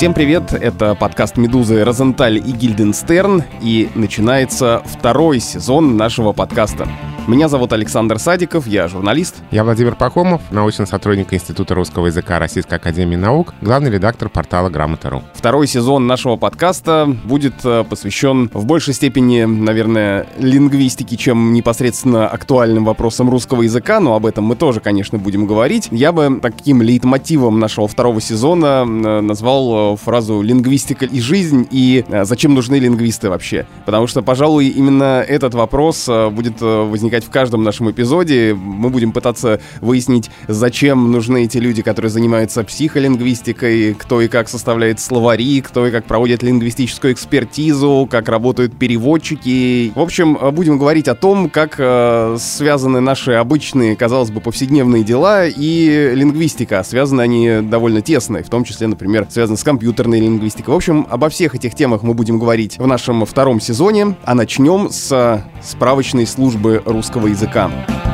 Всем привет, это подкаст «Медузы» Розенталь и Гильденстерн, и начинается второй сезон нашего подкаста. Меня зовут Александр Садиков, я журналист. Я Владимир Пахомов, научный сотрудник Института русского языка Российской академии наук, главный редактор портала Грамота.ру. Второй сезон нашего подкаста будет посвящен в большей степени, наверное, лингвистике, чем непосредственно актуальным вопросам русского языка, но об этом мы тоже, конечно, будем говорить. Я бы таким лейтмотивом нашего второго сезона назвал фразу «лингвистика и жизнь» и «зачем нужны лингвисты вообще?». Потому что, пожалуй, именно этот вопрос будет возникать в каждом нашем эпизоде. Мы будем пытаться выяснить, зачем нужны эти люди, которые занимаются психолингвистикой, кто и как составляет словари, кто и как проводит лингвистическую экспертизу, как работают переводчики. В общем, будем говорить о том, как связаны наши обычные, казалось бы, повседневные дела и лингвистика. Связаны они довольно тесно, в том числе, например, связаны с компьютерной лингвистикой. В общем, обо всех этих темах мы будем говорить в нашем втором сезоне, а начнем с справочной службы русского языка.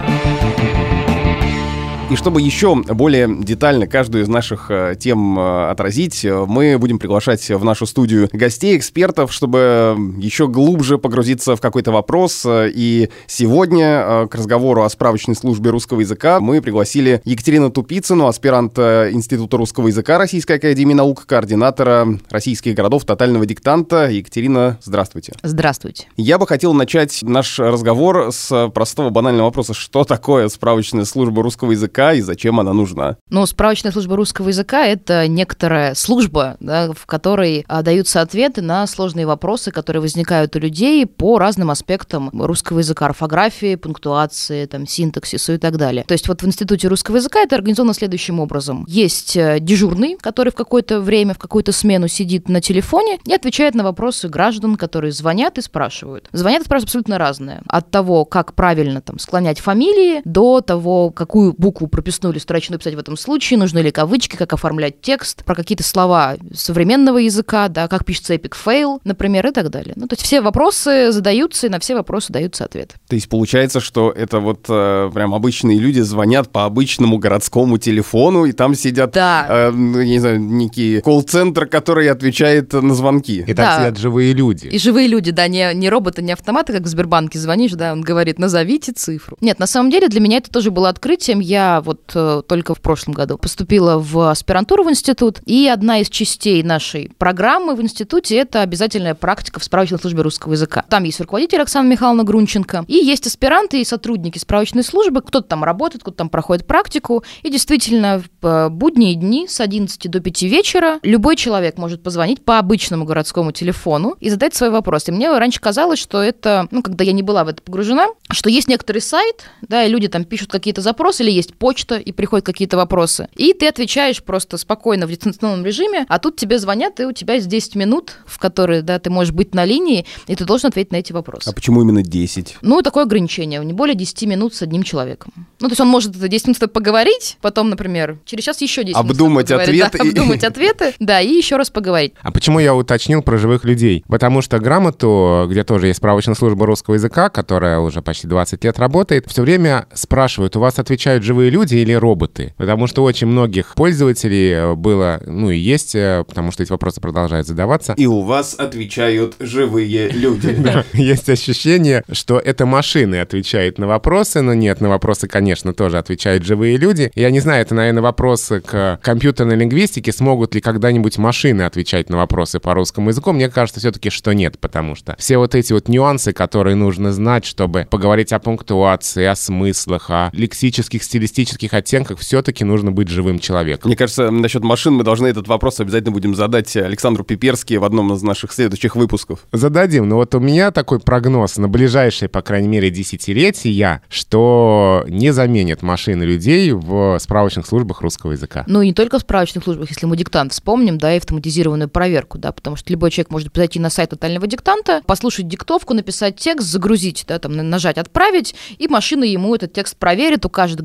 И чтобы еще более детально каждую из наших тем отразить, мы будем приглашать в нашу студию гостей, экспертов, чтобы еще глубже погрузиться в какой-то вопрос. И сегодня к разговору о справочной службе русского языка мы пригласили Екатерину Тупицыну, аспирант Института русского языка Российской академии наук, координатора российских городов тотального диктанта. Екатерина, здравствуйте. Здравствуйте. Я бы хотел начать наш разговор с простого банального вопроса: что такое справочная служба русского языка и зачем она нужна? Ну, справочная служба русского языка — это некоторая служба, да, в которой даются ответы на сложные вопросы, которые возникают у людей по разным аспектам русского языка: орфографии, пунктуации, там, синтаксису и так далее. То есть вот в Институте русского языка это организовано следующим образом. Есть дежурный, который в какое-то время, в какую-то смену сидит на телефоне и отвечает на вопросы граждан, которые звонят и спрашивают. Звонят и спрашивают абсолютно разное. От того, как правильно там склонять фамилии, до того, какую букву прописную или строчную писать в этом случае, нужны ли кавычки, как оформлять текст, про какие-то слова современного языка, да, как пишется epic fail, например, и так далее. Ну, то есть все вопросы задаются, и на все вопросы даются ответы. То есть получается, что это вот прям обычные люди звонят по обычному городскому телефону, и там сидят, я не знаю, некий колл-центр, который отвечает на звонки. И там сидят живые люди. И живые люди, да, не роботы, не автоматы, как в Сбербанке звонишь, да, он говорит: назовите цифру. Нет, на самом деле для меня это тоже было открытием. Я вот только в прошлом году поступила в аспирантуру в институт, и одна из частей нашей программы в институте — это обязательная практика в справочной службе русского языка. Там есть руководитель Оксана Михайловна Грунченко, и есть аспиранты и сотрудники справочной службы. Кто-то там работает, кто-то там проходит практику, и действительно в будние дни с 11 до 5 вечера любой человек может позвонить по обычному городскому телефону и задать свой вопрос. И мне раньше казалось, что это, когда я не была в это погружена, что есть некоторый сайт, да, и люди там пишут какие-то запросы, или есть почта, и приходят какие-то вопросы. И ты отвечаешь просто спокойно в дистанционном режиме, а тут тебе звонят, и у тебя есть 10 минут, в которые, да, ты можешь быть на линии, и ты должен ответить на эти вопросы. А почему именно 10? Ну, такое ограничение, не более 10 минут с одним человеком. Ну, то есть он может 10 минут поговорить, потом, например, через час еще 10 обдумать минут ответы. Да, обдумать ответы, да, и еще раз поговорить. А почему я уточнил про живых людей? Потому что Грамоту, где тоже есть справочная служба русского языка, которая уже почти 20 лет работает, все время спрашивают: у вас отвечают живые люди или роботы? Потому что очень многих пользователей было, и есть, потому что эти вопросы продолжают задаваться. И у вас отвечают живые люди. Есть ощущение, что это машины отвечают на вопросы, но нет, на вопросы, конечно, тоже отвечают живые люди. Я не знаю, это, наверное, вопросы к компьютерной лингвистике, смогут ли когда-нибудь машины отвечать на вопросы по русскому языку. Мне кажется все-таки, что нет, потому что все вот эти вот нюансы, которые нужно знать, чтобы поговорить о пунктуации, о смыслах, о лексических, стилистических оттенках, все-таки нужно быть живым человеком. Мне кажется, насчет машин мы должны этот вопрос обязательно будем задать Александру Пиперски в одном из наших следующих выпусков. Зададим. Но вот у меня такой прогноз на ближайшие, по крайней мере, десятилетия, что не заменят машины людей в справочных службах русского языка. Ну, и не только в справочных службах, если мы диктант вспомним, да, и автоматизированную проверку, да, потому что любой человек может зайти на сайт тотального диктанта, послушать диктовку, написать текст, загрузить, да, там, нажать «Отправить», и машина ему этот текст проверит, укажет, где у него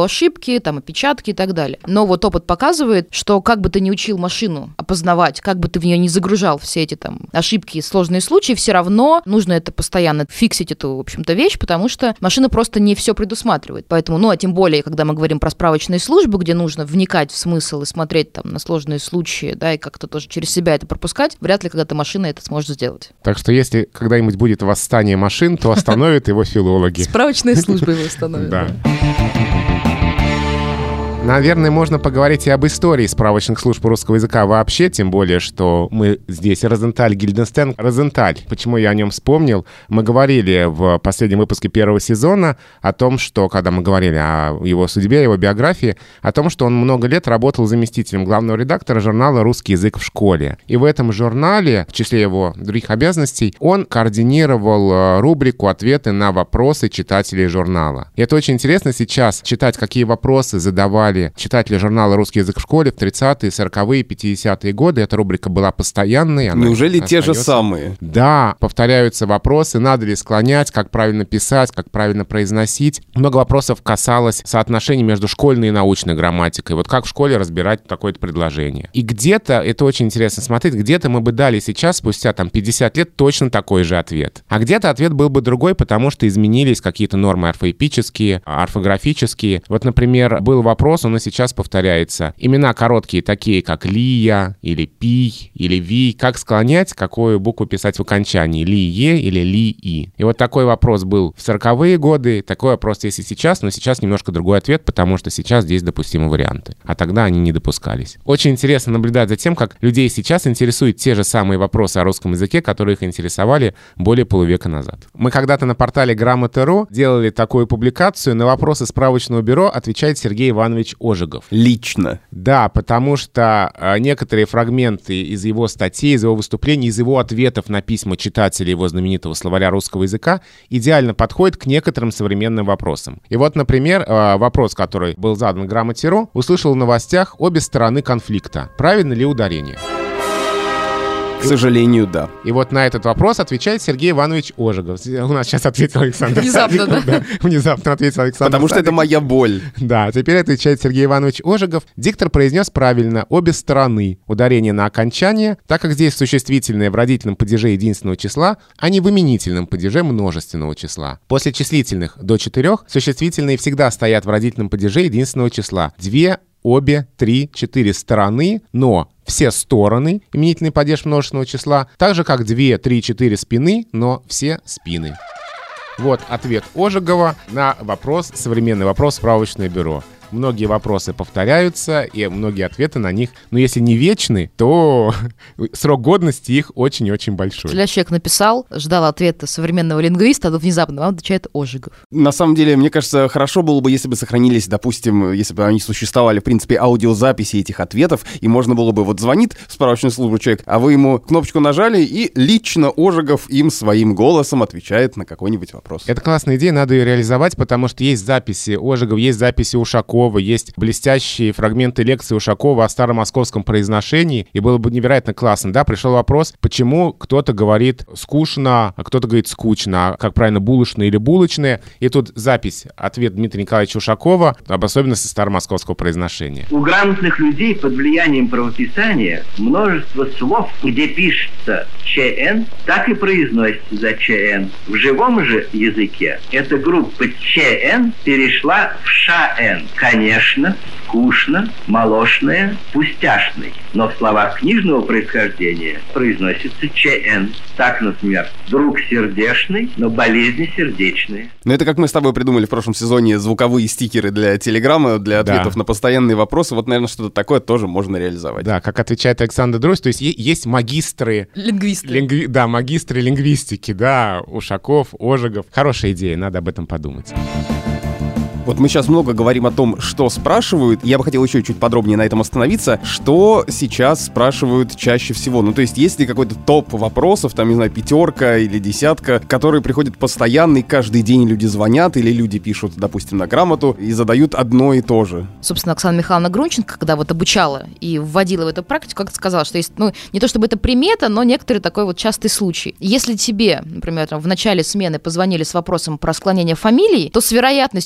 его ошибки, там, опечатки и так далее. Но вот опыт показывает, что как бы ты ни учил машину опознавать, как бы ты в нее не загружал все эти там ошибки и сложные случаи, все равно нужно это постоянно фиксить, эту, в общем-то, вещь, потому что машина просто не все предусматривает. Поэтому, а тем более, когда мы говорим про справочные службы, где нужно вникать в смысл и смотреть там на сложные случаи, да, и как-то тоже через себя это пропускать, вряд ли когда-то машина это сможет сделать. Так что если когда-нибудь будет восстание машин, то остановят его филологи. Справочные службы его остановят. Да. Наверное, можно поговорить и об истории справочных служб русского языка вообще, тем более, что мы здесь Розенталь Гильденстерн. Розенталь, почему я о нем вспомнил? Мы говорили в последнем выпуске первого сезона о том, что, когда мы говорили о его судьбе, его биографии, о том, что он много лет работал заместителем главного редактора журнала «Русский язык в школе». И в этом журнале, в числе его других обязанностей, он координировал рубрику «Ответы на вопросы читателей журнала». И это очень интересно сейчас читать, какие вопросы задавали читатели журнала «Русский язык в школе» в 30-е, 40-е, 50-е годы. Эта рубрика была постоянной. Неужели те же самые? Да, повторяются вопросы, надо ли склонять, как правильно писать, как правильно произносить. Много вопросов касалось соотношений между школьной и научной грамматикой. Вот как в школе разбирать такое-то предложение. И где-то, это очень интересно смотреть, где-то мы бы дали сейчас, спустя там 50 лет, точно такой же ответ. А где-то ответ был бы другой, потому что изменились какие-то нормы орфоэпические, орфографические. Вот, например, был вопрос, он и сейчас повторяется. Имена короткие, такие как Лия, или Пий, или Ви. Как склонять, какую букву писать в окончании? Ли-Е или Ли-И? И вот такой вопрос был в 40-е годы, такой вопрос есть и сейчас, но сейчас немножко другой ответ, потому что сейчас здесь допустимы варианты. А тогда они не допускались. Очень интересно наблюдать за тем, как людей сейчас интересуют те же самые вопросы о русском языке, которые их интересовали более полувека назад. Мы когда-то на портале Грамота.ру делали такую публикацию. На вопросы справочного бюро отвечает Сергей Иванович Ожегов. Лично. Да, потому что некоторые фрагменты из его статей, из его выступлений, из его ответов на письма читателей его знаменитого словаря русского языка идеально подходят к некоторым современным вопросам. И вот, например, вопрос, который был задан Грамоте.ру, услышал в новостях обе стороны конфликта. Правильно ли ударение? К сожалению, да. И вот на этот вопрос отвечает Сергей Иванович Ожегов. У нас сейчас ответил Александр Внезапно, Садиков. да? Внезапно ответил Александр Потому что Садиков. это моя боль. Да, теперь отвечает Сергей Иванович Ожегов. Диктор произнес правильно обе стороны. Ударение на окончание, так как здесь существительное в родительном падеже единственного числа, а не в именительном падеже множественного числа. После числительных до 4 существительные всегда стоят в родительном падеже единственного числа. 2, обе, 3, 4 стороны, но все стороны, именительный падеж множественного числа, так же как 2, 3, 4 спины, но все спины. Вот ответ Ожегова на вопрос, современный вопрос «Справочное бюро». Многие вопросы повторяются, и многие ответы на них, но если не вечны, то срок годности их очень-очень большой. Человек написал, ждал ответа современного лингвиста, а внезапно вам отвечает Ожегов. На самом деле, мне кажется, хорошо было бы, если бы сохранились, допустим, если бы они существовали, в принципе, аудиозаписи этих ответов, и можно было бы, вот звонит в справочную службу человек, а вы ему кнопочку нажали, и лично Ожегов им своим голосом отвечает на какой-нибудь вопрос. Это классная идея, надо ее реализовать, потому что есть записи Ожегова, есть записи Ушакова, есть блестящие фрагменты лекции Ушакова о старомосковском произношении, и было бы невероятно классно. Да, пришел вопрос, почему кто-то говорит скучно, а кто-то говорит скучно, как правильно, булочное или булочное. И тут запись, ответ Дмитрия Николаевича Ушакова об особенности старомосковского произношения. У грамотных людей под влиянием правописания множество слов, где пишется ЧН, так и произносится за ЧН. В живом же языке эта группа ЧН перешла в ШН. Конечно, скучно, молочное, пустяшный. Но в словах книжного происхождения произносится ЧН. Так, например, друг сердечный, но болезни сердечные. Но это как мы с тобой придумали в прошлом сезоне звуковые стикеры для Телеграма, для ответов на постоянные вопросы. Вот, наверное, что-то такое тоже можно реализовать. Да, как отвечает Александр Друзь, то есть есть магистры... Лингвисты. Да, магистры лингвистики, да, Ушаков, Ожегов. Хорошая идея, надо об этом подумать. Вот мы сейчас много говорим о том, что спрашивают. Я бы хотел еще чуть подробнее на этом остановиться. Что сейчас спрашивают чаще всего? Ну, то есть, есть ли какой-то топ вопросов, там, не знаю, 5 или 10, которые приходят постоянно, и каждый день люди звонят, или люди пишут, допустим, на Грамоту, и задают одно и то же? Собственно, Оксана Михайловна Грунченко, когда вот обучала и вводила в эту практику, как-то сказала, что есть, ну, не то чтобы это примета, но некоторый такой вот частый случай. Если тебе, например, там, в начале смены позвонили с вопросом про склонение фамилии, то с вероятностью в 90%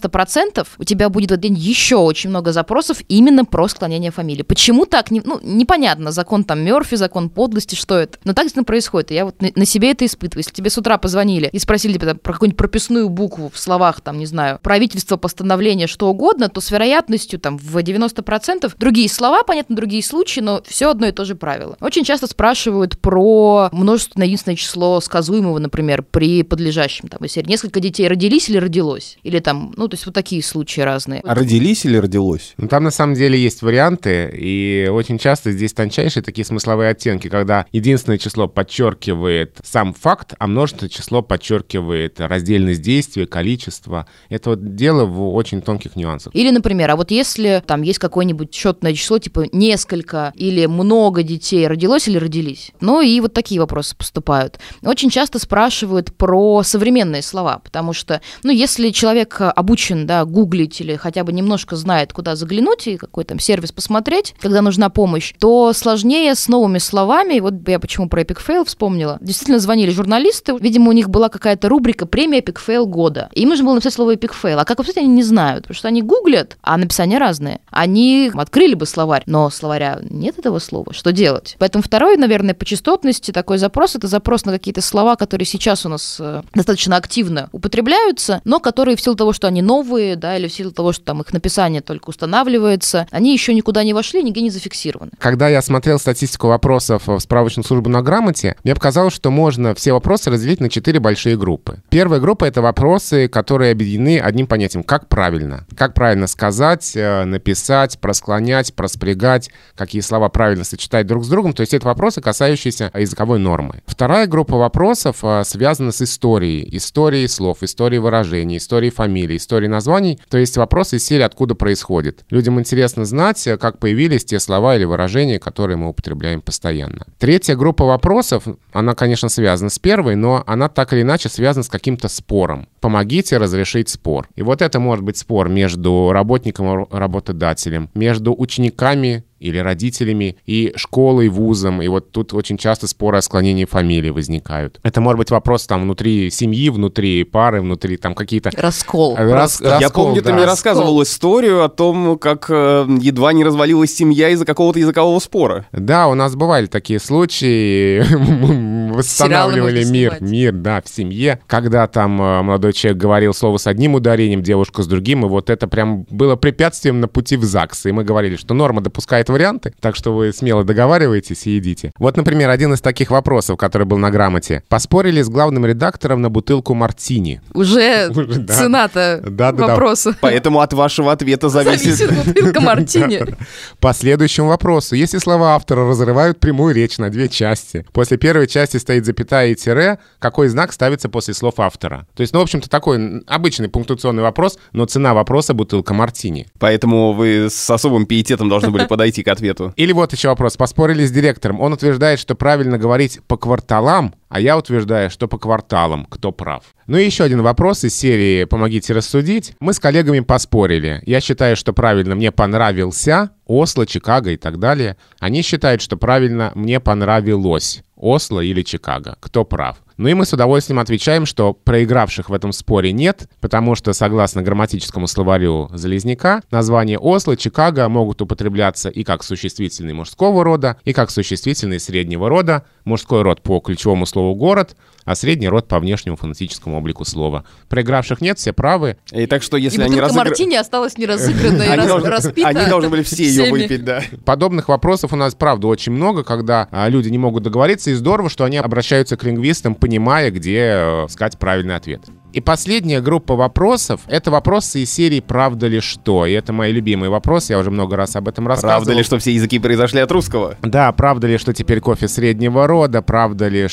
90% у тебя будет в этот день еще очень много запросов именно про склонение фамилии. Почему так? Непонятно. Закон там Мёрфи, закон подлости, что это. Но так действительно происходит. И я вот на себе это испытываю. Если тебе с утра позвонили и спросили тебя про какую-нибудь прописную букву в словах, там, не знаю, правительство, постановление, что угодно, то с вероятностью там в 90% другие слова, понятно, другие случаи, но все одно и то же правило. Очень часто спрашивают про множественное единственное число сказуемого, например, при подлежащем. Там, если несколько детей родились или родилось. Или там, то есть вот такие случаи разные. А родились или родилось? Там на самом деле есть варианты, и очень часто здесь тончайшие такие смысловые оттенки, когда единственное число подчеркивает сам факт, а множественное число подчеркивает раздельность действия, количество. Это вот дело в очень тонких нюансах. Или, например, а вот если там есть какое-нибудь счетное число, типа несколько или много детей родилось или родились. И вот такие вопросы поступают. Очень часто спрашивают про современные слова, потому что, если человек обучен, гуглить или хотя бы немножко знает, куда заглянуть и какой там сервис посмотреть, когда нужна помощь, то сложнее с новыми словами. И вот я почему про Epic Fail вспомнила. Действительно звонили журналисты, видимо, у них была какая-то рубрика «Премия Epic Fail года». И им нужно было написать слово Epic Fail. А как вообще они не знают? Потому что они гуглят, а написания разные. Они открыли бы словарь, но словаря нет этого слова. Что делать? Поэтому второй, наверное, по частотности такой запрос — это запрос на какие-то слова, которые сейчас у нас достаточно активно употребляются, но которые в силу того, что они новые, или в силу того, что там их написание только устанавливается, они еще никуда не вошли, нигде не зафиксированы. Когда я смотрел статистику вопросов в справочную службу на Грамоте, мне показалось, что можно все вопросы разделить на 4 большие группы. Первая группа — это вопросы, которые объединены одним понятием — как правильно. Как правильно сказать, написать, просклонять, проспрягать, какие слова правильно сочетать друг с другом. То есть это вопросы, касающиеся языковой нормы. Вторая группа вопросов связана с историей. Историей слов, историей выражений, историей фамилий, историей названий. То есть вопросы из серии «Откуда происходит?». Людям интересно знать, как появились те слова или выражения, которые мы употребляем постоянно. Третья группа вопросов, она, конечно, связана с первой, но она так или иначе связана с каким-то спором. Помогите разрешить спор. И вот это может быть спор между работником и работодателем, между учениками или родителями, и школой, вузом. И вот тут очень часто споры о склонении фамилии возникают. Это может быть вопрос там внутри семьи, внутри пары, внутри там какие-то... Раскол. Я помню, ты мне рассказывал историю о том, как едва не развалилась семья из-за какого-то языкового спора. Да, у нас бывали такие случаи. Восстанавливали мир, в семье. Когда там молодой человек говорил слово с одним ударением, девушка с другим, и вот это прям было препятствием на пути в ЗАГС. И мы говорили, что норма допускает варианты, так что вы смело договариваетесь и идите. Вот, например, один из таких вопросов, который был на Грамоте. Поспорили с главным редактором на бутылку мартини. Уже цена-то вопроса. Поэтому от вашего ответа зависит бутылка мартини. По следующему вопросу. Если слова автора разрывают прямую речь на 2 части, после первой части стоит запятая и тире, какой знак ставится после слов автора? То есть, в общем-то, такой обычный пунктуационный вопрос, но цена вопроса — бутылка мартини. Поэтому вы с особым пиететом должны были подойти к ответу. Или вот еще вопрос. Поспорили с директором. Он утверждает, что правильно говорить по кварталам, а я утверждаю, что по кварталам. Кто прав? Ну и еще один вопрос из серии «Помогите рассудить». Мы с коллегами поспорили. Я считаю, что правильно «мне понравился», Осло, Чикаго и так далее. Они считают, что правильно «мне понравилось», Осло или Чикаго. Кто прав? Ну и мы с удовольствием отвечаем, что проигравших в этом споре нет, потому что, согласно грамматическому словарю Залезняка, названия Осло, Чикаго могут употребляться и как существительные мужского рода, и как существительные среднего рода. Мужской род по ключевому слову «город», а средний род по внешнему фонетическому облику слова. Проигравших нет, все правы. И так что, если они бутылка мартини осталась не разыгранной, распита. Они должны были все ее выпить, да. Подобных вопросов у нас, правда, очень много, когда люди не могут договориться, и здорово, что они обращаются к лингвистам, понимая, где сказать правильный ответ. И последняя группа вопросов — это вопросы из серии «Правда ли что?». И это мои любимые вопросы, я уже много раз об этом рассказывал. Правда ли, что все языки произошли от русского? Да, правда ли, что теперь кофе среднего рода? Правда ли,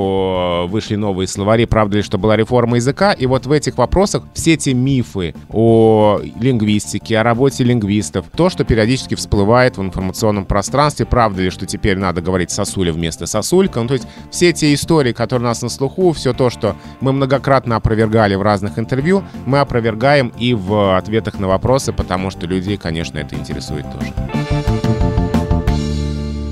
что вышли новые словари? Правда ли, что была реформа языка? И вот в этих вопросах все те мифы о лингвистике, о работе лингвистов, то, что периодически всплывает в информационном пространстве, правда ли, что теперь надо говорить «сосуля» вместо «сосулька?» Ну, то есть все те истории, которые у нас на слуху, все то, что мы многократно опровергаем в разных интервью, мы опровергаем и в ответах на вопросы, потому что людей, конечно, это интересует тоже.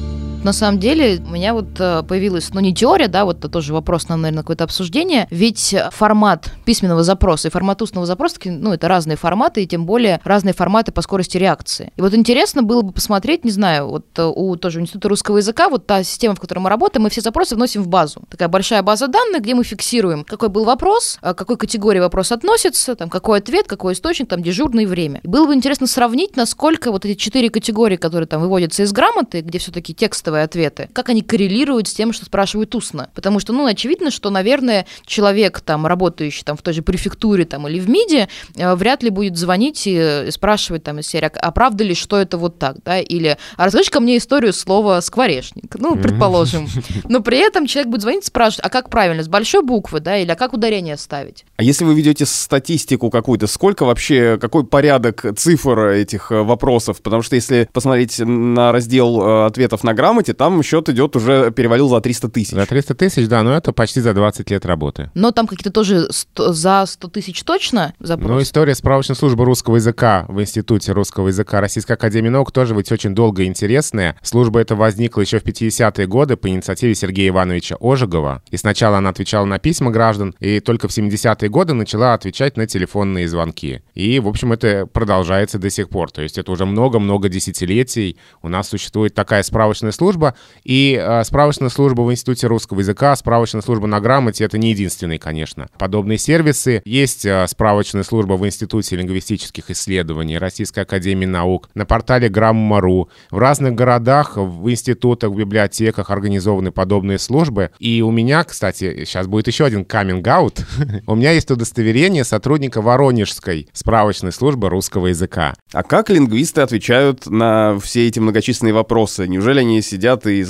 Вот на самом деле у меня вот появилась, не теория, да, вот это тоже вопрос, наверное, какое-то обсуждение, ведь формат письменного запроса и формат устного запроса, это разные форматы, и тем более разные форматы по скорости реакции. И вот интересно было бы посмотреть, не знаю, вот у тоже Института русского языка, вот та система, в которой мы работаем, мы все запросы вносим в базу. Такая большая база данных, где мы фиксируем, какой был вопрос, к какой категории вопрос относится, там, какой ответ, какой источник, там, дежурное время. И было бы интересно сравнить, насколько вот эти 4 категории, которые там выводятся из грамоты, где все-таки текстовые ответы, как они коррелируют с тем, что спрашивают устно. Потому что, очевидно, что, наверное, человек, там, работающий там, в той же префектуре там, или в МИДе, вряд ли будет звонить и спрашивать там, из серии, а правда ли, что это вот так, да, или а расскажи-ка мне историю слова «скворечник», предположим. Но при этом человек будет звонить и спрашивать, а как правильно, с большой буквы, да, или а как ударение ставить? А если вы ведете статистику какую-то, сколько вообще, какой порядок цифр этих вопросов? Потому что если посмотреть на раздел ответов на грамоте, там счет идет уже, перевалил за 300 тысяч. За 300 тысяч, да, но это почти за 20 лет работы. Но там какие-то тоже за 100 тысяч точно запросы? История справочной службы русского языка в Институте русского языка Российской академии наук тоже ведь очень долго и интересная. Служба эта возникла еще в 50-е годы по инициативе Сергея Ивановича Ожегова. И сначала она отвечала на письма граждан, и только в 70-е годы начала отвечать на телефонные звонки. И, в общем, это продолжается до сих пор. То есть это уже много-много десятилетий у нас существует такая справочная служба. И справочная служба в Институте русского языка, справочная служба на грамоте — это не единственный, конечно. Подобные сервисы. Есть справочная служба в Институте лингвистических исследований Российской академии наук, на портале Грамма.ру. В разных городах, в институтах, в библиотеках организованы подобные службы. И у меня, кстати, сейчас будет еще один каминг-аут. У меня есть удостоверение сотрудника Воронежской справочной службы русского языка. А как лингвисты отвечают на все эти многочисленные вопросы? Неужели они сидят и из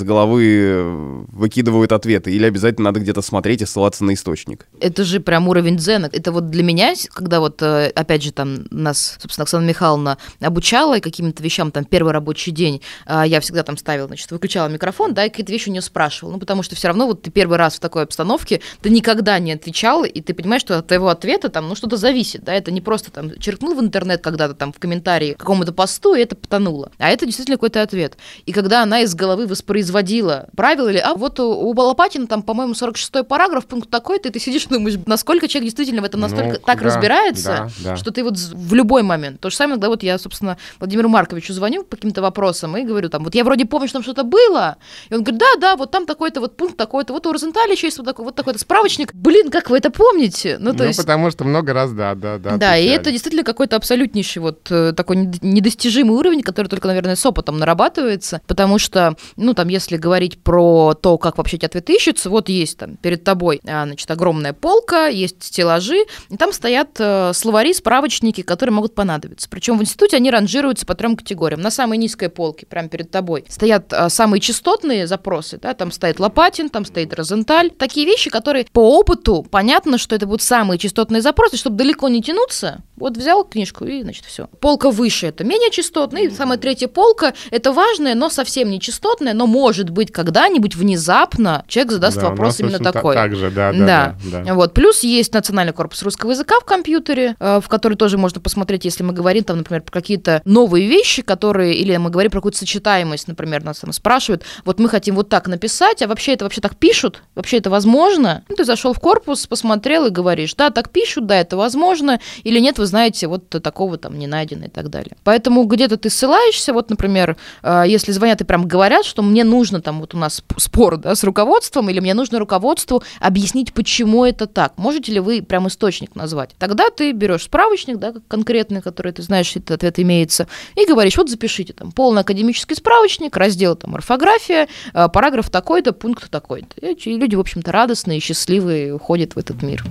головы выкидывают ответы? Или обязательно надо где-то смотреть и ссылаться на источник? Это же прям уровень дзена. Это вот для меня, когда вот, опять же, там нас, собственно, Оксана Михайловна обучала и каким-то вещам, там, первый рабочий день, я всегда там ставила, выключала микрофон, да, и какие-то вещи у нее спрашивала. Потому что все равно вот ты первый раз в такой обстановке, ты никогда не отвечал, и ты понимаешь, что от твоего ответа там, что-то зависит, да, это не просто там черкнул в интернет когда-то там в комментарии к какому-то посту, и это потонуло. А это действительно какой-то ответ. И когда она из головы воспроизводила правила, или, вот у Лопатина там, по-моему, 46-й параграф, пункт такой-то, и ты сидишь и думаешь, насколько человек действительно в этом настолько так разбирается, что ты вот в любой момент. То же самое, когда вот я, собственно, Владимиру Марковичу звоню по каким-то вопросам и говорю, там, вот я вроде помню, что там что-то было, и он говорит, да, вот там такой-то вот пункт такой-то, вот у Розенталя еще есть вот такой-то справочник. Блин, как вы это помните? То есть... потому что много раз, да. Да, и это действительно какой-то абсолютнейший вот такой недостижимый уровень, который только, наверное, с опытом нарабатывается, потому что, там, если говорить про то, как вообще эти ответы ищутся, вот есть там перед тобой, огромная полка, есть стеллажи, и там стоят словари, справочники, которые могут понадобиться. Причем в институте они ранжируются по 3 категориям. На самой низкой полке, прямо перед тобой, стоят самые частотные запросы, да, там стоит Лопатин, там стоит Розенталь. Такие вещи, которые по опыту понятно, что это будут самые частотные запросы, чтобы далеко не тянуться. Вот взял книжку и, все. Полка выше — это менее частотная, и самая 3-я полка — это важная, но совсем не частотная, но, может быть, когда-нибудь внезапно человек задаст вопрос именно такой. Так же, да. Вот. Плюс есть Национальный корпус русского языка в компьютере, в который тоже можно посмотреть, если мы говорим, там, например, про какие-то новые вещи, которые, или мы говорим про какую-то сочетаемость, например, нас там спрашивают, вот мы хотим вот так написать, а вообще это так пишут? Вообще это возможно? Ты зашел в корпус, посмотрел и говоришь, да, так пишут, да, это возможно, или нет, вы знаете, вот такого там не найдено и так далее. Поэтому где-то ты ссылаешься, вот, например, если звонят и прям говорят, что мне нужно там, вот у нас спор, да, с руководством, или мне нужно руководству объяснить, почему это так. Можете ли вы прям источник назвать? Тогда ты берешь справочник, да, конкретный, который ты знаешь, этот ответ имеется, и говоришь, вот запишите там полный академический справочник, раздел там орфография, параграф такой-то, пункт такой-то. И люди, в общем-то, радостные, счастливые уходят в этот мир.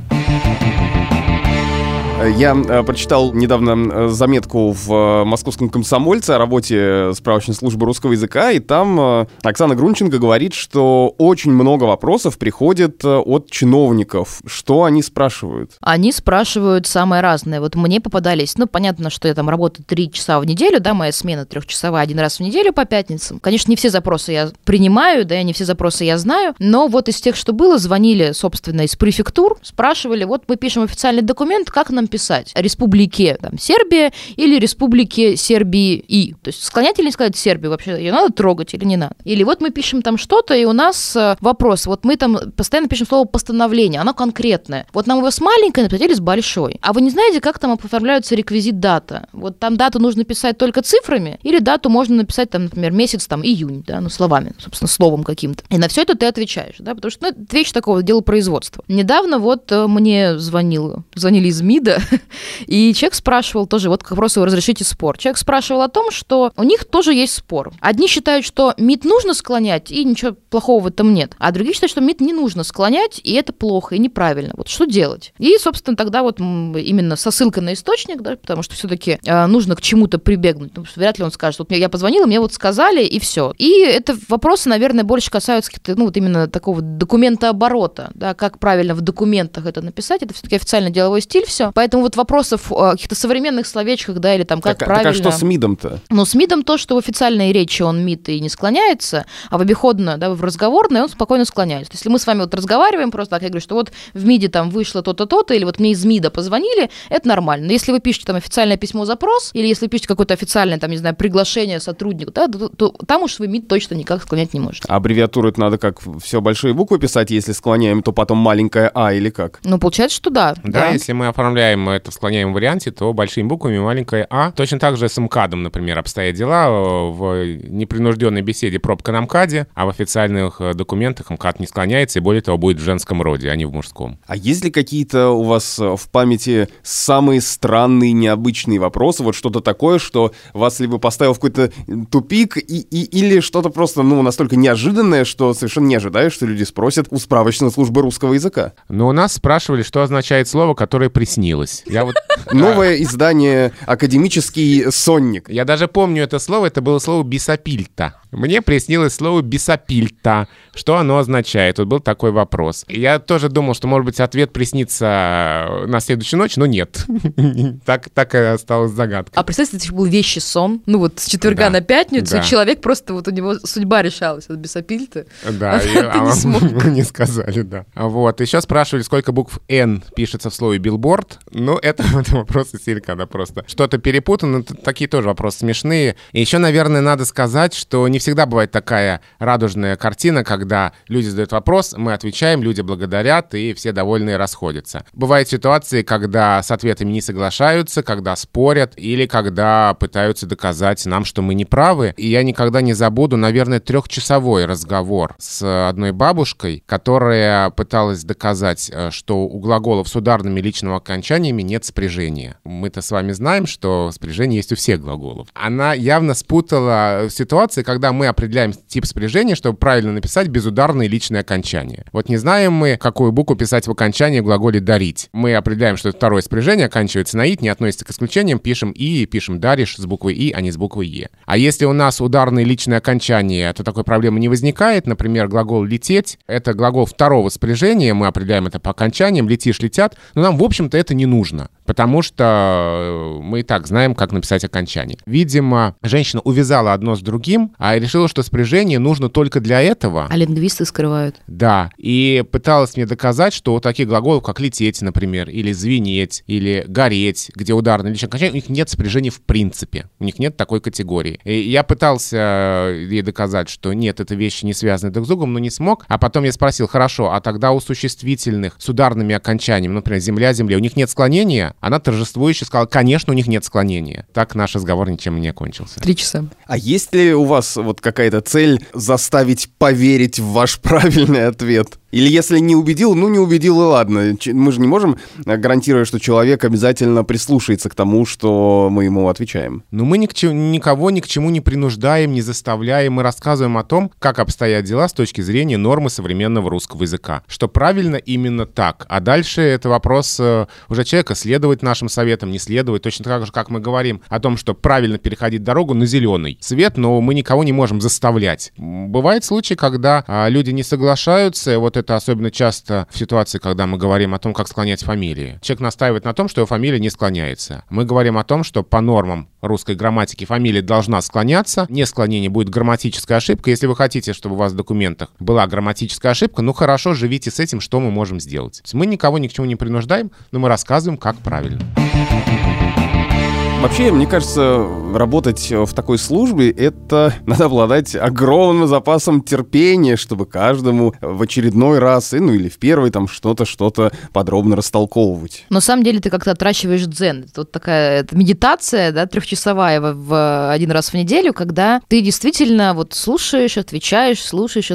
Я прочитал недавно заметку в «Московском комсомольце» о работе справочной службы русского языка, и там Оксана Грунченко говорит, что очень много вопросов приходит от чиновников. Что они спрашивают? Они спрашивают самое разное. Вот мне попадались, понятно, что я там работаю 3 часа в неделю, да, моя смена 3-часовая, 1 раз в неделю по пятницам. Конечно, не все запросы я принимаю, да, не все запросы я знаю, но вот из тех, что было, звонили, собственно, из префектур, спрашивали, вот мы пишем официальный документ, как нам написать? Республике там, Сербия или Республике Сербии и. То есть склонять или не сказать Сербию вообще? Ее надо трогать или не надо? Или вот мы пишем там что-то, и у нас вопрос. Вот мы там постоянно пишем слово «постановление», оно конкретное. Вот нам его с маленькой написать или с большой. А вы не знаете, как там оформляется реквизит дата? Вот там дату нужно писать только цифрами, или дату можно написать, там, например, месяц, там, июнь, да, ну, словами, собственно, словом каким-то. И на все это ты отвечаешь, да, потому что, ну, это вещь такого дела производства. Недавно вот мне звонили из МИДа, и человек спрашивал тоже, вот к вопросу «разрешите спор». Человек спрашивал о том, что у них тоже есть спор. Одни считают, что МИД нужно склонять, и ничего плохого в этом нет, а другие считают, что МИД не нужно склонять, и это плохо, и неправильно. Вот что делать? И, собственно, тогда вот именно со ссылкой на источник, да, потому что все-таки нужно к чему-то прибегнуть, потому что вряд ли он скажет, вот я позвонила, мне вот сказали, и все. И это вопросы, наверное, больше касаются каких-то, ну, вот именно такого документооборота, да, как правильно в документах это написать, это все-таки официально деловой стиль, все. Поэтому вот вопросов о каких-то современных словечках, да, или там как правильно... Так а что с МИДом-то? Ну, с МИДом то, что в официальной речи он МИД и не склоняется, а в обиходно, да, в разговорной он спокойно склоняется. Если мы с вами вот разговариваем просто так, я говорю, что вот в МИДе там вышло то-то, то-то, или вот мне из МИДа позвонили, это нормально. Но если вы пишете там официальное письмо-запрос, или если вы пишете какое-то официальное, там, не знаю, приглашение сотруднику, да, то там уж вы МИД точно никак склонять не можете. А аббревиатуру это надо как все большие буквы писать, если склоняем, то потом маленькая «а» или как? Ну, получается, что да. Да, если мы оформляем это в склоняемом варианте, то большими буквами маленькая «а». Точно так же с МКАДом, например, обстоят дела. В непринужденной беседе пробка на МКАДе, а в официальных документах МКАД не склоняется, и более того, будет в женском роде, а не в мужском. А есть ли какие-то у вас в памяти самые странные, необычные вопросы? Вот что-то такое, что вас либо поставило в какой-то тупик, или что-то просто, ну, настолько неожиданное, что совершенно не ожидаешь, что люди спросят у справочной службы русского языка? Но у нас спрашивали, что означает слово, которое приснилось. Новое издание «Академический сонник». Я даже помню это слово, это было слово «бисапильта». Мне приснилось слово «бисапильта». Что оно означает? Вот был такой вопрос. Я тоже думал, что, может быть, ответ приснится на следующую ночь, но нет. Так и осталась загадка. А представьте, это был вещий сон. Ну вот с четверга на пятницу, и человек просто, вот у него судьба решалась от бисапильта. Да, не сказали, да. Вот, еще спрашивали, сколько букв «Н» пишется в слове «билборд». Ну, это вопросы стиль, когда просто что-то перепутано. Такие тоже вопросы смешные. И еще, наверное, надо сказать, что не всегда бывает такая радужная картина, когда люди задают вопрос, мы отвечаем, люди благодарят, и все довольные расходятся. Бывают ситуации, когда с ответами не соглашаются, когда спорят, или когда пытаются доказать нам, что мы не правы. И я никогда не забуду, наверное, 3-часовой разговор с одной бабушкой, которая пыталась доказать, что у глаголов с ударными личными окончаниями нет спряжения. Мы-то с вами знаем, что спряжение есть у всех глаголов. Она явно спутала ситуации, когда мы определяем тип спряжения, чтобы правильно написать безударные личные окончания. Вот не знаем мы, какую букву писать в окончании в глаголе «дарить». Мы определяем, что второе спряжение оканчивается на «ит», не относится к исключениям, пишем «и», пишем «даришь» с буквой «и», а не с буквой «е». А если у нас ударные личные окончания, то такой проблемы не возникает. Например, глагол «лететь» — это глагол второго спряжения, мы определяем это по окончаниям, «летишь», «летят», но нам, в общем-то, это не нужно, потому что мы и так знаем, как написать окончание. Видимо, женщина увязала одно с другим, а решила, что спряжение нужно только для этого. А лингвисты скрывают. Да, и пыталась мне доказать, что у таких глаголов, как «лететь», например, или «звенеть», или «гореть», где ударные личные окончания, у них нет спряжения в принципе, у них нет такой категории. И я пытался ей доказать, что нет, это вещи не связаны друг с другом, но не смог. А потом я спросил, хорошо, а тогда у существительных с ударными окончаниями, например, «земля», «земле», у них нет склонения? Она торжествующе сказала, конечно, у них нет склонения. Так наш разговор ничем не окончился. 3 часа. А есть ли у вас вот какая-то цель заставить поверить в ваш правильный ответ? Или если не убедил, ну не убедил, и ладно. Мы же не можем гарантировать, что человек обязательно прислушается к тому, что мы ему отвечаем. Но мы никого ни к чему не принуждаем, не заставляем. Мы рассказываем о том, как обстоят дела с точки зрения нормы современного русского языка. Что правильно именно так. А дальше это вопрос уже человека, следовать нашим советам, не следовать. Точно так же, как мы говорим о том, что правильно переходить дорогу на зеленый свет, но мы никого не можем заставлять. Бывают случаи, когда люди не соглашаются, вот это особенно часто в ситуации, когда мы говорим о том, как склонять фамилии. Человек настаивает на том, что его фамилия не склоняется. Мы говорим о том, что по нормам русской грамматики фамилия должна склоняться. Несклонение будет грамматическая ошибка. Если вы хотите, чтобы у вас в документах была грамматическая ошибка, ну хорошо, живите с этим, что мы можем сделать. То есть мы никого ни к чему не принуждаем, но мы рассказываем, как правильно. Вообще, мне кажется, работать в такой службе — это надо обладать огромным запасом терпения, чтобы каждому в очередной раз, ну или в первый, там что-то подробно растолковывать. На самом деле ты как-то отращиваешь дзен. Это вот такая медитация, да, 3-часовая в один раз в неделю, когда ты действительно вот слушаешь, отвечаешь,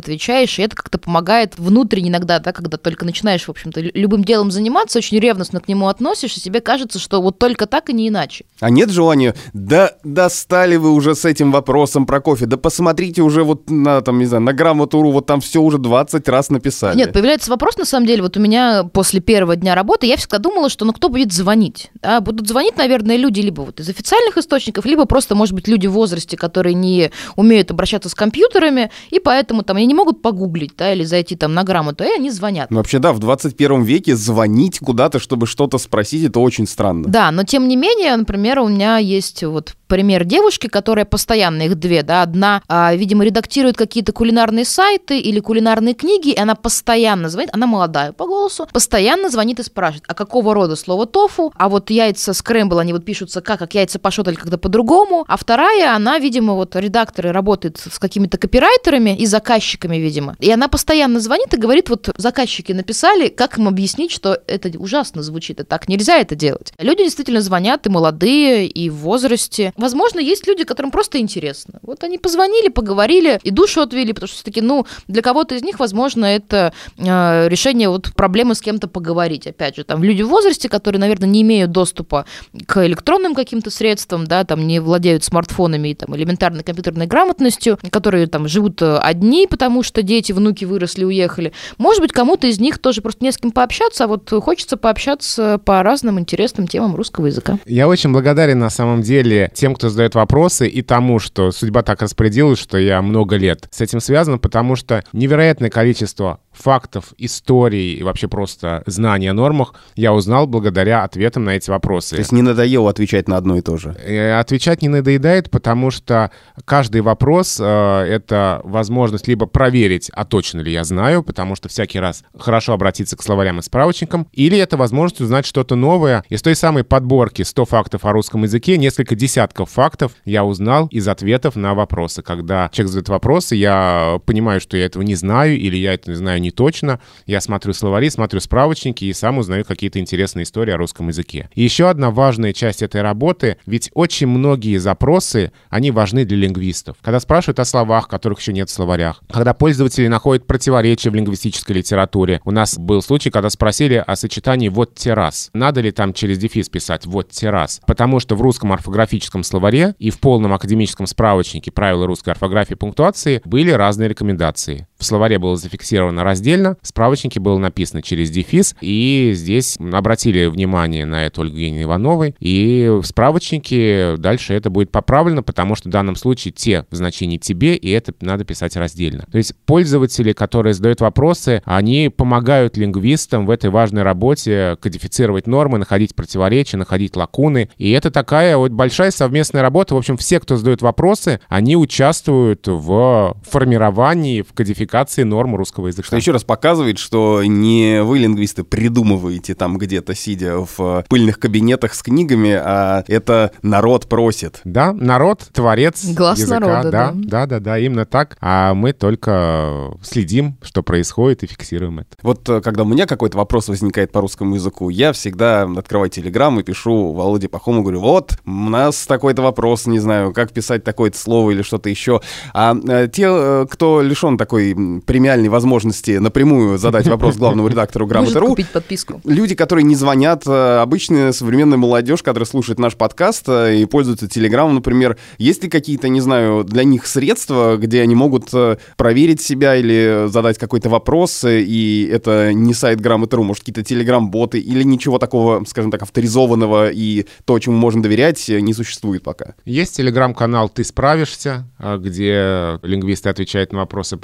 и это как-то помогает внутренне иногда, да, когда только начинаешь, в общем-то, любым делом заниматься, очень ревностно к нему относишься, тебе кажется, что вот только так и не иначе. А нет желания, да достали вы уже с этим вопросом про кофе, да посмотрите уже вот на, там, не знаю, на Грамоту.ру, вот там все уже 20 раз написали. Нет, появляется вопрос, на самом деле, вот у меня после первого дня работы, я всегда думала, что, кто будет звонить? Да? Будут звонить, наверное, люди либо вот из официальных источников, либо просто, может быть, люди в возрасте, которые не умеют обращаться с компьютерами, и поэтому там они не могут погуглить, да, или зайти там на Грамоту, и они звонят. Ну, вообще, да, в 21 веке звонить куда-то, чтобы что-то спросить, это очень странно. Да, но тем не менее, например, у меня есть вот пример девушки, которая постоянно, их две, да, одна, видимо, редактирует какие-то кулинарные сайты или кулинарные книги, и она постоянно звонит, она молодая по голосу, постоянно звонит и спрашивает, а какого рода слово тофу, а вот яйца скрэмбл, они вот пишутся как яйца пашот или как-то по-другому, а вторая, она, видимо, вот редакторы работает с какими-то копирайтерами и заказчиками, видимо, и она постоянно звонит и говорит, вот заказчики написали, как им объяснить, что это ужасно звучит, и так нельзя это делать. Люди действительно звонят, и молодые, и в возрасте. Возможно, есть люди, которым просто интересно. Вот они позвонили, поговорили и душу отвели, потому что все-таки, для кого-то из них, возможно, это решение вот проблемы с кем-то поговорить. Опять же, там люди в возрасте, которые, наверное, не имеют доступа к электронным каким-то средствам, да, там не владеют смартфонами и там элементарной компьютерной грамотностью, которые там живут одни, потому что дети, внуки выросли, уехали. Может быть, кому-то из них тоже просто не с кем пообщаться, а вот хочется пообщаться по разным интересным темам русского языка. Я очень благодарен, на самом деле, тем, кто задает вопросы, и тому, что судьба так распорядилась, что я много лет с этим связан, потому что невероятное количество фактов, историй и вообще просто знаний о нормах я узнал благодаря ответам на эти вопросы. То есть не надоело отвечать на одно и то же? Отвечать не надоедает, потому что каждый вопрос — это возможность либо проверить, а точно ли я знаю, потому что всякий раз хорошо обратиться к словарям и справочникам, или это возможность узнать что-то новое. Из той самой подборки 100 фактов о русском языке несколько десятков фактов я узнал из ответов на вопросы. Когда человек задает вопросы, я понимаю, что я этого не знаю, или я это знаю не точно. Я смотрю словари, смотрю справочники и сам узнаю какие-то интересные истории о русском языке. И еще одна важная часть этой работы, ведь очень многие запросы, они важны для лингвистов. Когда спрашивают о словах, которых еще нет в словарях, когда пользователи находят противоречия в лингвистической литературе. У нас был случай, когда спросили о сочетании «вот террас». Надо ли там через дефис писать «вот террас»? Потому что в русском орфографическом словаре и в полном академическом справочнике «Правила русской орфографии и пунктуации» были разные рекомендации. В словаре было зафиксировано раздельно, в справочнике было написано через дефис, и здесь обратили внимание на это Ольга Евгеньевна Ивановой, и в справочнике дальше это будет поправлено, потому что в данном случае «те» в значении «тебе», и это надо писать раздельно. То есть пользователи, которые задают вопросы, они помогают лингвистам в этой важной работе кодифицировать нормы, находить противоречия, находить лакуны, и это такая вот большая совместная работа. В общем, все, кто задает вопросы, они участвуют в формировании, в кодификации норм русского языка. Что еще раз показывает, что не вы, лингвисты, придумываете там где-то, сидя в пыльных кабинетах с книгами, а это народ просит. Да, народ, творец глаз языка. народа, Да, именно так. А мы только следим, что происходит, и фиксируем это. Вот когда у меня какой-то вопрос возникает по русскому языку, я всегда открываю Телеграм и пишу Володе Пахому, говорю, вот, у нас такой-то вопрос, не знаю, как писать такое-то слово или что-то еще. А те, кто лишен такой премиальной возможности напрямую задать вопрос главному редактору Грамоты.ру, купить подписку. Люди, которые не звонят, обычная современная молодежь, которая слушает наш подкаст и пользуется Телеграмом, например, есть ли какие-то, не знаю, для них средства, где они могут проверить себя или задать какой-то вопрос, и это не сайт Грамоты.ру, может, какие-то Телеграм-боты или ничего такого, скажем так, авторизованного и то, чему можно доверять, не существует пока? Есть Телеграм-канал «Ты справишься», где лингвисты отвечают на вопросы по русскому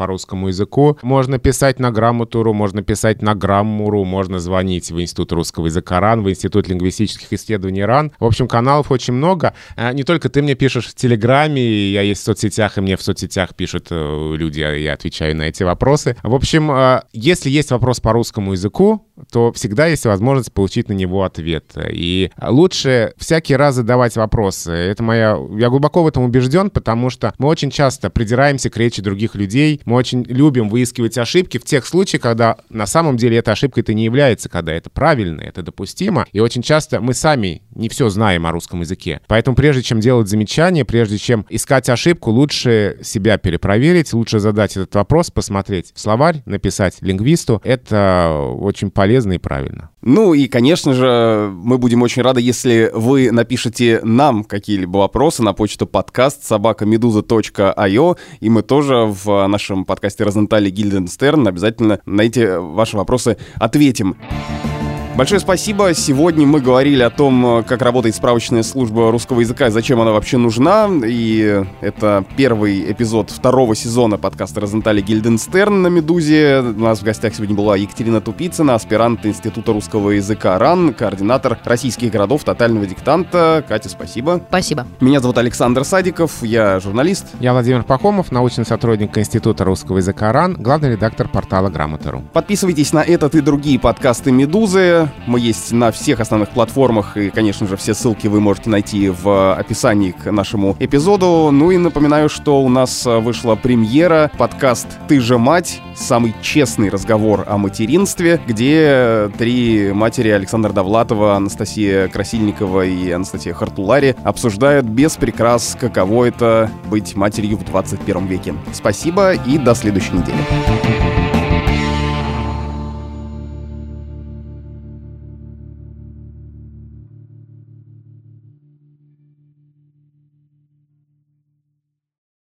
русскому языку. Можно писать на Грамоту.ру, можно писать на Грамму.ру, можно звонить в Институт русского языка РАН, в Институт лингвистических исследований РАН. В общем, каналов очень много. Не только ты мне пишешь в Телеграме, я есть в соцсетях, и мне в соцсетях пишут люди, я отвечаю на эти вопросы. В общем, если есть вопрос по русскому языку, то всегда есть возможность получить на него ответ. И лучше всякий раз задавать вопросы. Я глубоко в этом убежден, потому что мы очень часто придираемся к речи других людей, мы очень любим выискивать ошибки в тех случаях, когда на самом деле эта ошибкой-то не является, когда это правильно, это допустимо. И очень часто мы сами не все знаем о русском языке. Поэтому прежде чем делать замечания, прежде чем искать ошибку, лучше себя перепроверить, лучше задать этот вопрос, посмотреть в словарь, написать лингвисту. Это очень полезно и правильно. Ну и, конечно же, мы будем очень рады, если вы напишите нам какие-либо вопросы на почту podcast@meduza.io, и мы тоже в нашем подкасте «Розенталь и Гильденстерн» обязательно на эти ваши вопросы ответим. Большое спасибо. Сегодня мы говорили о том, как работает справочная служба русского языка и зачем она вообще нужна. И это первый эпизод второго сезона подкаста «Розенталь и Гильденстерн» на «Медузе». У нас в гостях сегодня была Екатерина Тупицына, аспирант Института русского языка РАН, координатор российских городов тотального диктанта. Катя, спасибо. Спасибо. Меня зовут Александр Садиков, я журналист. Я Владимир Пахомов, научный сотрудник Института русского языка РАН, главный редактор портала Грамота.ру. Подписывайтесь на этот и другие подкасты «Медузы». Мы есть на всех основных платформах, и, конечно же, все ссылки вы можете найти в описании к нашему эпизоду. Ну и напоминаю, что у нас вышла премьера, подкаст «Ты же мать», самый честный разговор о материнстве, где три матери: Александра Довлатова, Анастасия Красильникова и Анастасия Хартулари обсуждают без прикрас, каково это быть матерью в 21 веке. Спасибо и до следующей недели.